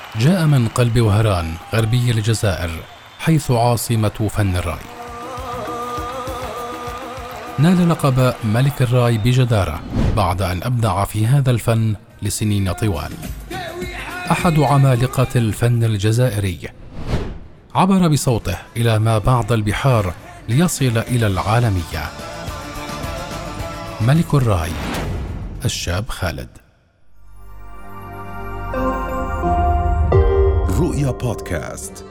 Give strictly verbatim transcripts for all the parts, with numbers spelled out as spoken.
جاء من قلب وهران غربي الجزائر، حيث عاصمة فن الراي. نال لقب ملك الراي بجدارة بعد أن أبدع في هذا الفن لسنين طوال. أحد عمالقة الفن الجزائري، عبر بصوته إلى ما بعد البحار ليصل إلى العالمية. ملك الراي الشاب خالد. رؤيا بودكاست.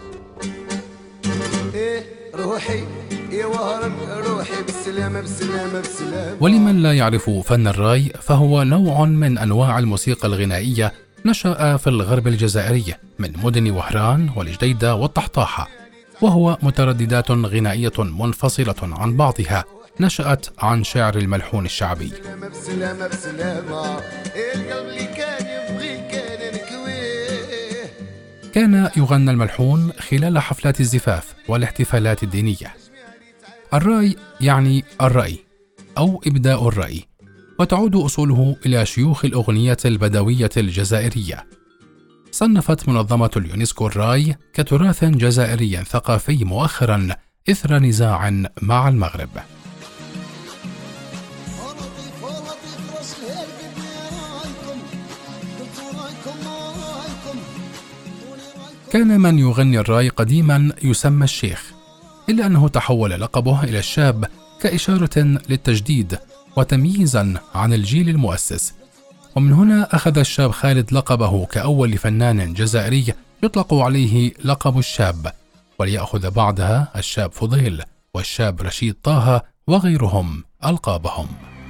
إيه روحي يا وهران روحي بالسلامة بالسلامة بالسلامة. ولمن لا يعرف فن الراي، فهو نوع من أنواع الموسيقى الغنائية نشأ في الغرب الجزائري من مدن وهران والجديدة والطحطاحة، وهو مترددات غنائية منفصلة عن بعضها نشأت عن شعر الملحون الشعبي. بسلامة بسلامة القلب اللي كان يبغي كان نكويه. كان يغنى الملحون خلال حفلات الزفاف والاحتفالات الدينية. الراي يعني الرأي أو إبداء الرأي، وتعود أصوله إلى شيوخ الأغنية البدوية الجزائرية. صنفت منظمة اليونسكو الراي كتراث جزائري ثقافي مؤخرا إثر نزاع مع المغرب. كان من يغني الراي قديما يسمى الشيخ، إلا أنه تحول لقبه إلى الشاب كإشارة للتجديد وتمييزا عن الجيل المؤسس. ومن هنا أخذ الشاب خالد لقبه كأول فنان جزائري يطلق عليه لقب الشاب، وليأخذ بعدها الشاب فضيل والشاب رشيد طه وغيرهم ألقابهم.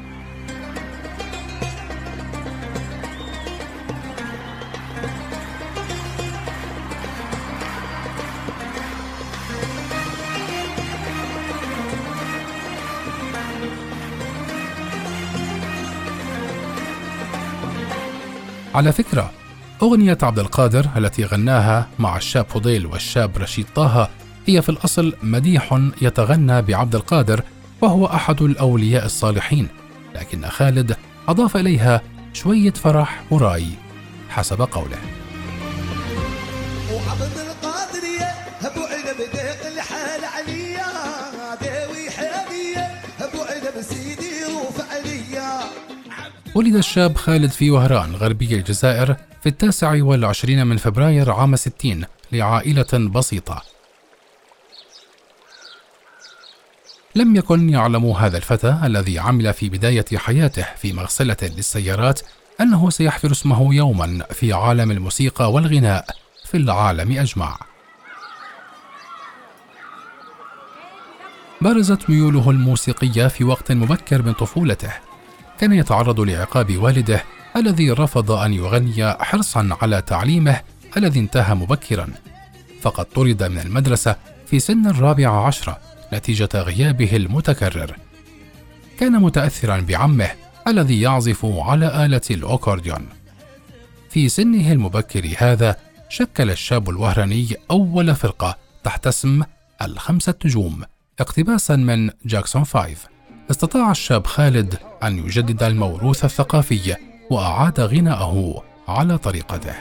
على فكرة، أغنية عبد القادر التي غناها مع الشاب فضيل والشاب رشيد طه هي في الأصل مديح يتغنى بعبد القادر، وهو أحد الأولياء الصالحين، لكن خالد أضاف إليها شوية فرح وراي حسب قوله. وعبد القادر هبو عنب داق الحال عليا داوي حاليا هبو عنب سيدي وفعليا. ولد الشاب خالد في وهران غربي الجزائر في التاسع والعشرين من فبراير عام ستين لعائلة بسيطة. لم يكن يعلم هذا الفتى الذي عمل في بداية حياته في مغسلة للسيارات أنه سيحفر اسمه يوما في عالم الموسيقى والغناء في العالم أجمع. برزت ميوله الموسيقية في وقت مبكر من طفولته. كان يتعرض لعقاب والده الذي رفض أن يغني حرصا على تعليمه الذي انتهى مبكرا، فقد طرد من المدرسة في سن الرابعة عشرة نتيجة غيابه المتكرر. كان متأثرا بعمه الذي يعزف على آلة الأكورديون. في سنه المبكر هذا شكل الشاب الوهراني أول فرقة تحت اسم الخمسة نجوم اقتباسا من جاكسون فايف. استطاع الشاب خالد أن يجدد الموروث الثقافي وأعاد غناءه على طريقته.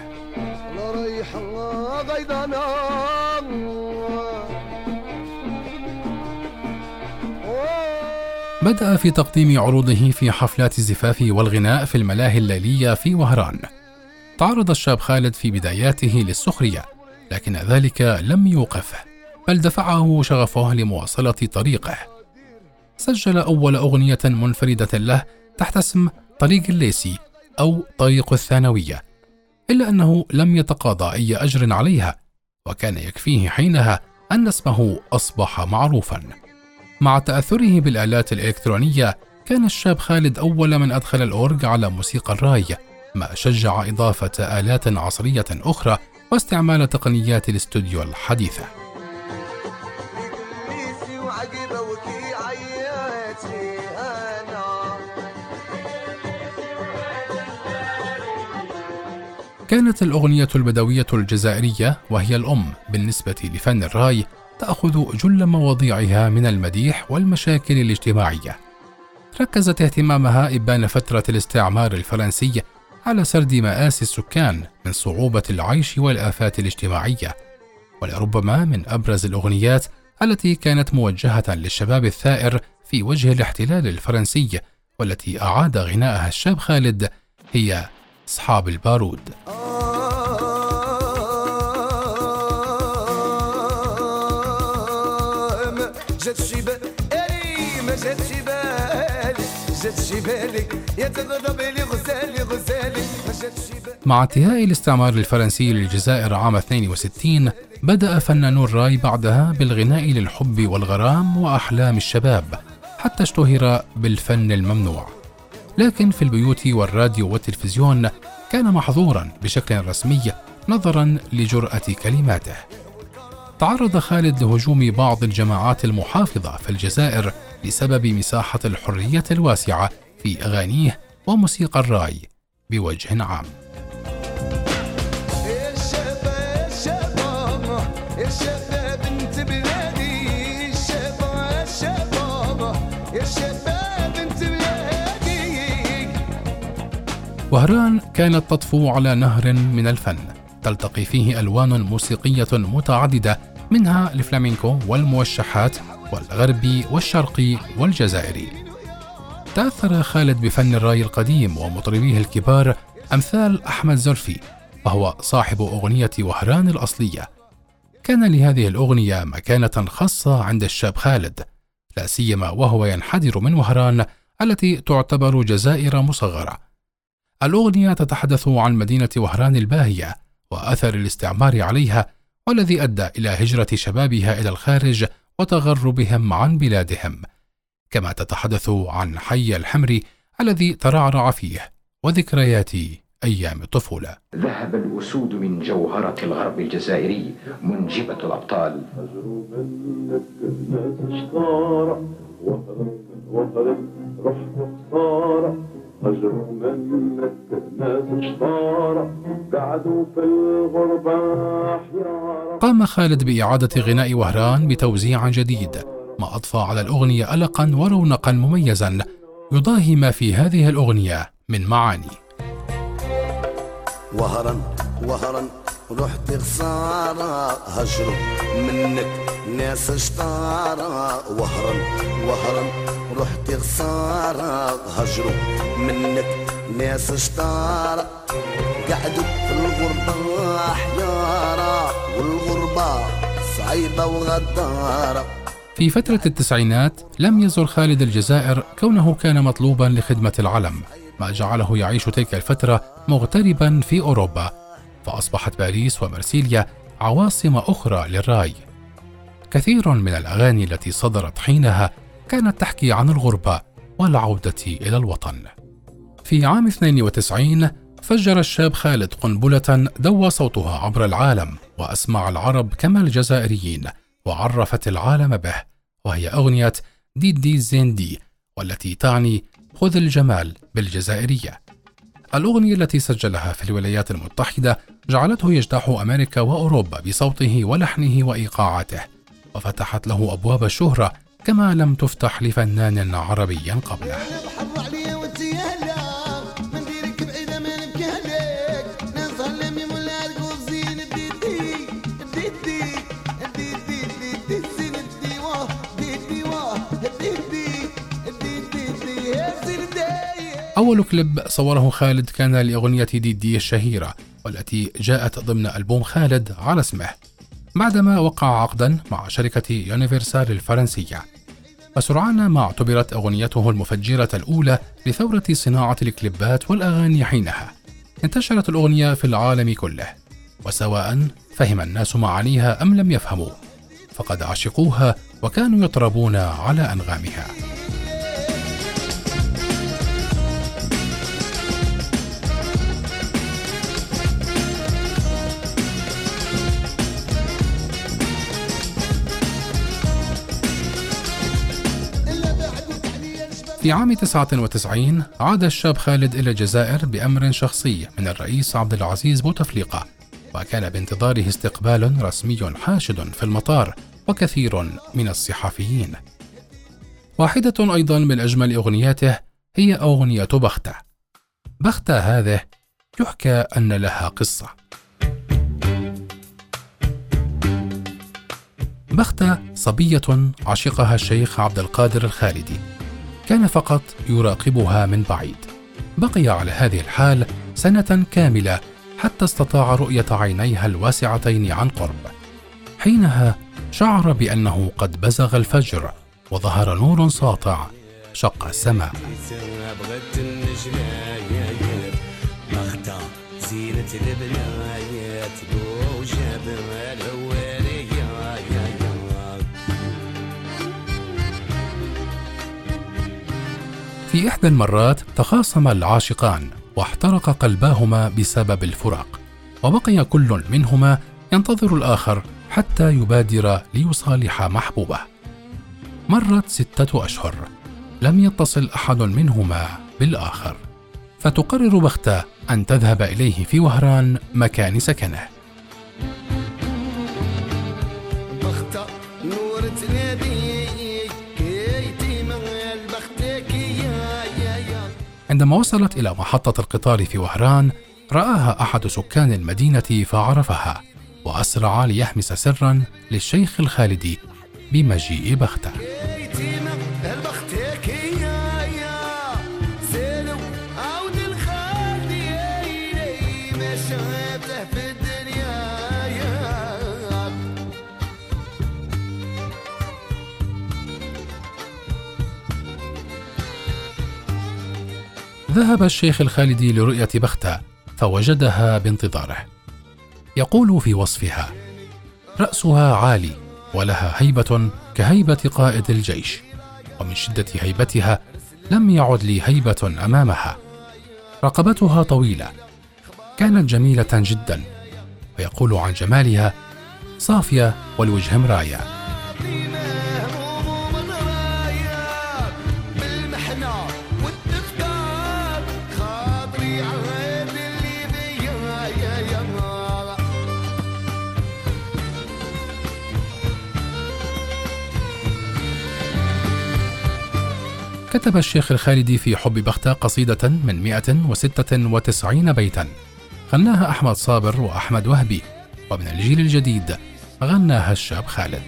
بدأ في تقديم عروضه في حفلات الزفاف والغناء في الملاهي الليلية في وهران. تعرض الشاب خالد في بداياته للسخرية، لكن ذلك لم يوقفه، بل دفعه شغفه لمواصلة طريقه. سجل أول أغنية منفردة له تحت اسم طريق الليسي أو طريق الثانوية، إلا أنه لم يتقاضى أي أجر عليها، وكان يكفيه حينها أن اسمه أصبح معروفا. مع تأثره بالآلات الإلكترونية، كان الشاب خالد أول من أدخل الأورج على موسيقى الراي، ما شجع إضافة آلات عصرية أخرى واستعمال تقنيات الاستوديو الحديثة. كانت الأغنية البدوية الجزائرية وهي الأم بالنسبة لفن الراي تأخذ جل مواضيعها من المديح والمشاكل الاجتماعية. ركزت اهتمامها إبان فترة الاستعمار الفرنسي على سرد مآسي السكان من صعوبة العيش والآفات الاجتماعية، ولربما من أبرز الأغنيات التي كانت موجهة للشباب الثائر في وجه الاحتلال الفرنسي، والتي أعاد غناءها الشاب خالد، هي أصحاب البارود. مع انتهاء الاستعمار الفرنسي للجزائر عام اثنين وستين، بدأ فنانو الراي بعدها بالغناء للحب والغرام وأحلام الشباب، حتى اشتهر بالفن الممنوع. لكن في البيوت والراديو والتلفزيون كان محظورا بشكل رسمي نظرا لجرأة كلماته. تعرض خالد لهجوم بعض الجماعات المحافظة في الجزائر بسبب مساحة الحرية الواسعة في أغانيه وموسيقى الراي بوجه عام. وهران كانت تطفو على نهر من الفن، تلتقي فيه ألوان موسيقية متعددة، منها الفلامينكو والموشحات والغربي والشرقي والجزائري. تأثر خالد بفن الراي القديم ومطربيه الكبار أمثال أحمد زرفي، وهو صاحب أغنية وهران الأصلية. كان لهذه الأغنية مكانة خاصة عند الشاب خالد، لا سيما وهو ينحدر من وهران التي تعتبر جزائر مصغرة. الأغنية تتحدث عن مدينة وهران الباهية وأثر الاستعمار عليها، والذي أدى إلى هجرة شبابها إلى الخارج وتغربهم عن بلادهم، كما تتحدث عن حي الحمري الذي ترعرع فيه وذكريات أيام الطفولة. ذهب الأسود من جوهرة الغرب الجزائري منجبة الأبطال. قام خالد بإعادة غناء وهران بتوزيع جديد، ما أضفى على الأغنية ألقا ورونقا مميزا يضاهي ما في هذه الأغنية من معاني. وهران وهران رحت خسارة هجروا منك ناس اشطارة. وهران وهران رحت خسارة هجروا منك ناس اشطارة. قعدوا في الغربة حيارة والغربة صعيبة وغدارة. في فترة التسعينات لم يزر خالد الجزائر كونه كان مطلوبا لخدمة العلم، ما جعله يعيش تلك الفترة مغتربا في أوروبا، فأصبحت باريس ومرسيليا عواصم أخرى للراي. كثير من الأغاني التي صدرت حينها كانت تحكي عن الغربة والعودة إلى الوطن. في عام اثنين وتسعين فجر الشاب خالد قنبلة دوى صوتها عبر العالم وأسمع العرب كما الجزائريين، وعرفت العالم به، وهي أغنية دي دي زيندي، والتي تعني خذ الجمال بالجزائرية. الأغنية التي سجلها في الولايات المتحدة جعلته يجتاح أمريكا وأوروبا بصوته ولحنه وإيقاعاته، وفتحت له أبواب الشهرة كما لم تفتح لفنان عربي قبله. أول كليب صوره خالد كان لأغنية دي دي الشهيرة، والتي جاءت ضمن ألبوم خالد على اسمه، بعدما وقع عقدا مع شركة يونيفرسال الفرنسية. وسرعان ما اعتبرت أغنيته المفجرة الأولى لثورة صناعة الكليبات والأغاني حينها. انتشرت الأغنية في العالم كله، وسواء فهم الناس معانيها أم لم يفهموا، فقد عشقوها وكانوا يطربون على أنغامها. في عام تسعة وتسعين عاد الشاب خالد إلى الجزائر بأمر شخصي من الرئيس عبد العزيز بوتفليقة، وكان بانتظاره استقبال رسمي حاشد في المطار وكثير من الصحفيين. واحدة أيضا من أجمل أغنياته هي أغنية بختة. بختة هذه يحكى أن لها قصة. بختة صبية عشقها الشيخ عبد القادر الخالدي، كان فقط يراقبها من بعيد. بقي على هذه الحال سنة كاملة حتى استطاع رؤية عينيها الواسعتين عن قرب. حينها شعر بأنه قد بزغ الفجر وظهر نور ساطع شق السماء. في إحدى المرات تخاصم العاشقان واحترق قلباهما بسبب الفراق، وبقي كل منهما ينتظر الآخر حتى يبادر ليصالح محبوبه. مرت ستة أشهر لم يتصل أحد منهما بالآخر، فتقرر بختة أن تذهب إليه في وهران مكان سكنه. عندما وصلت إلى محطة القطار في وهران رآها أحد سكان المدينة فعرفها، وأسرع ليحمس سرا للشيخ الخالدي بمجيء بختة. ذهب الشيخ الخالدي لرؤية بختة فوجدها بانتظاره. يقول في وصفها: رأسها عالي ولها هيبة كهيبة قائد الجيش، ومن شدة هيبتها لم يعد لي هيبة أمامها. رقبتها طويلة، كانت جميلة جدا، ويقول عن جمالها: صافية والوجه مراية. كتب الشيخ الخالدي في حب بختة قصيدة من مئة وستة وتسعين بيتا، غناها أحمد صابر وأحمد وهبي، ومن الجيل الجديد غناها الشاب خالد.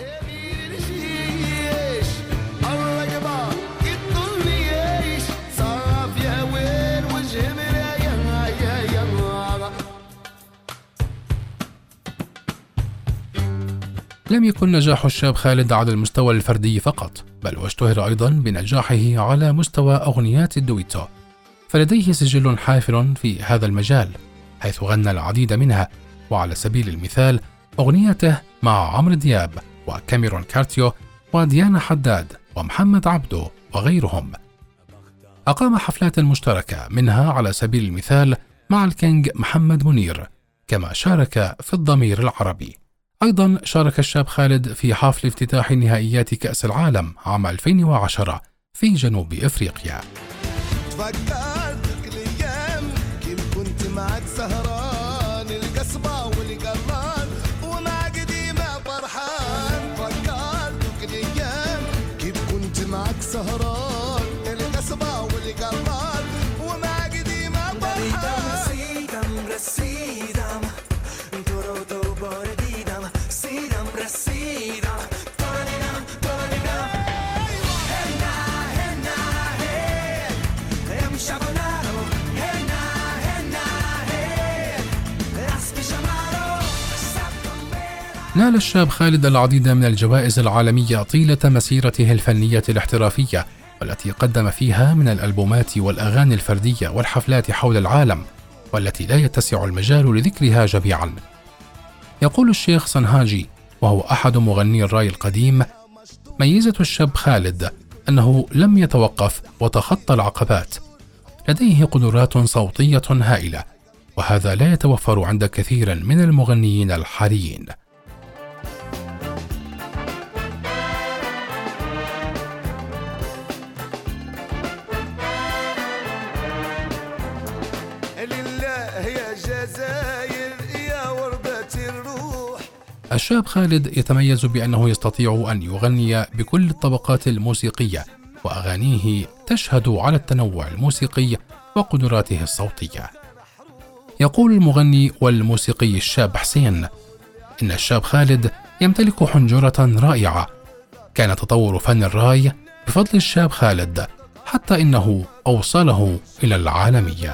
لم يكن نجاح الشاب خالد على المستوى الفردي فقط، بل واشتهر أيضا بنجاحه على مستوى أغنيات الدويتو، فلديه سجل حافل في هذا المجال حيث غنى العديد منها، وعلى سبيل المثال أغنيته مع عمرو دياب وكاميرون كارتيو وديانا حداد ومحمد عبدو وغيرهم. أقام حفلات مشتركة منها على سبيل المثال مع الكينج محمد منير، كما شارك في الضمير العربي. أيضا شارك الشاب خالد في حفل افتتاح نهائيات كأس العالم عام ألفين وعشرة في جنوب إفريقيا. فكرتك الأيام كيف كنت معك سهران القصبة والقران ومع قديمة فرحان. فكرتك الأيام كيف كنت معك سهران القصبة والقران ومع قديمة فرحان. نال الشاب خالد العديد من الجوائز العالمية طيلة مسيرته الفنية الاحترافية، والتي قدم فيها من الألبومات والأغاني الفردية والحفلات حول العالم، والتي لا يتسع المجال لذكرها جميعا. يقول الشيخ صنهاجي وهو أحد مغني الراي القديم: ميزة الشاب خالد أنه لم يتوقف وتخطى العقبات، لديه قدرات صوتية هائلة، وهذا لا يتوفر عند كثير من المغنيين الحاليين. الشاب خالد يتميز بأنه يستطيع أن يغني بكل الطبقات الموسيقية، وأغانيه تشهد على التنوع الموسيقي وقدراته الصوتية. يقول المغني والموسيقي الشاب حسين إن الشاب خالد يمتلك حنجرة رائعة، كان تطور فن الراي بفضل الشاب خالد حتى إنه أوصله إلى العالمية.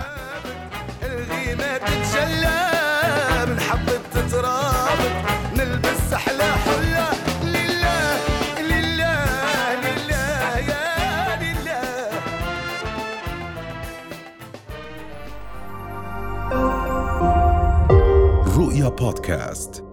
رؤيا بودكاست.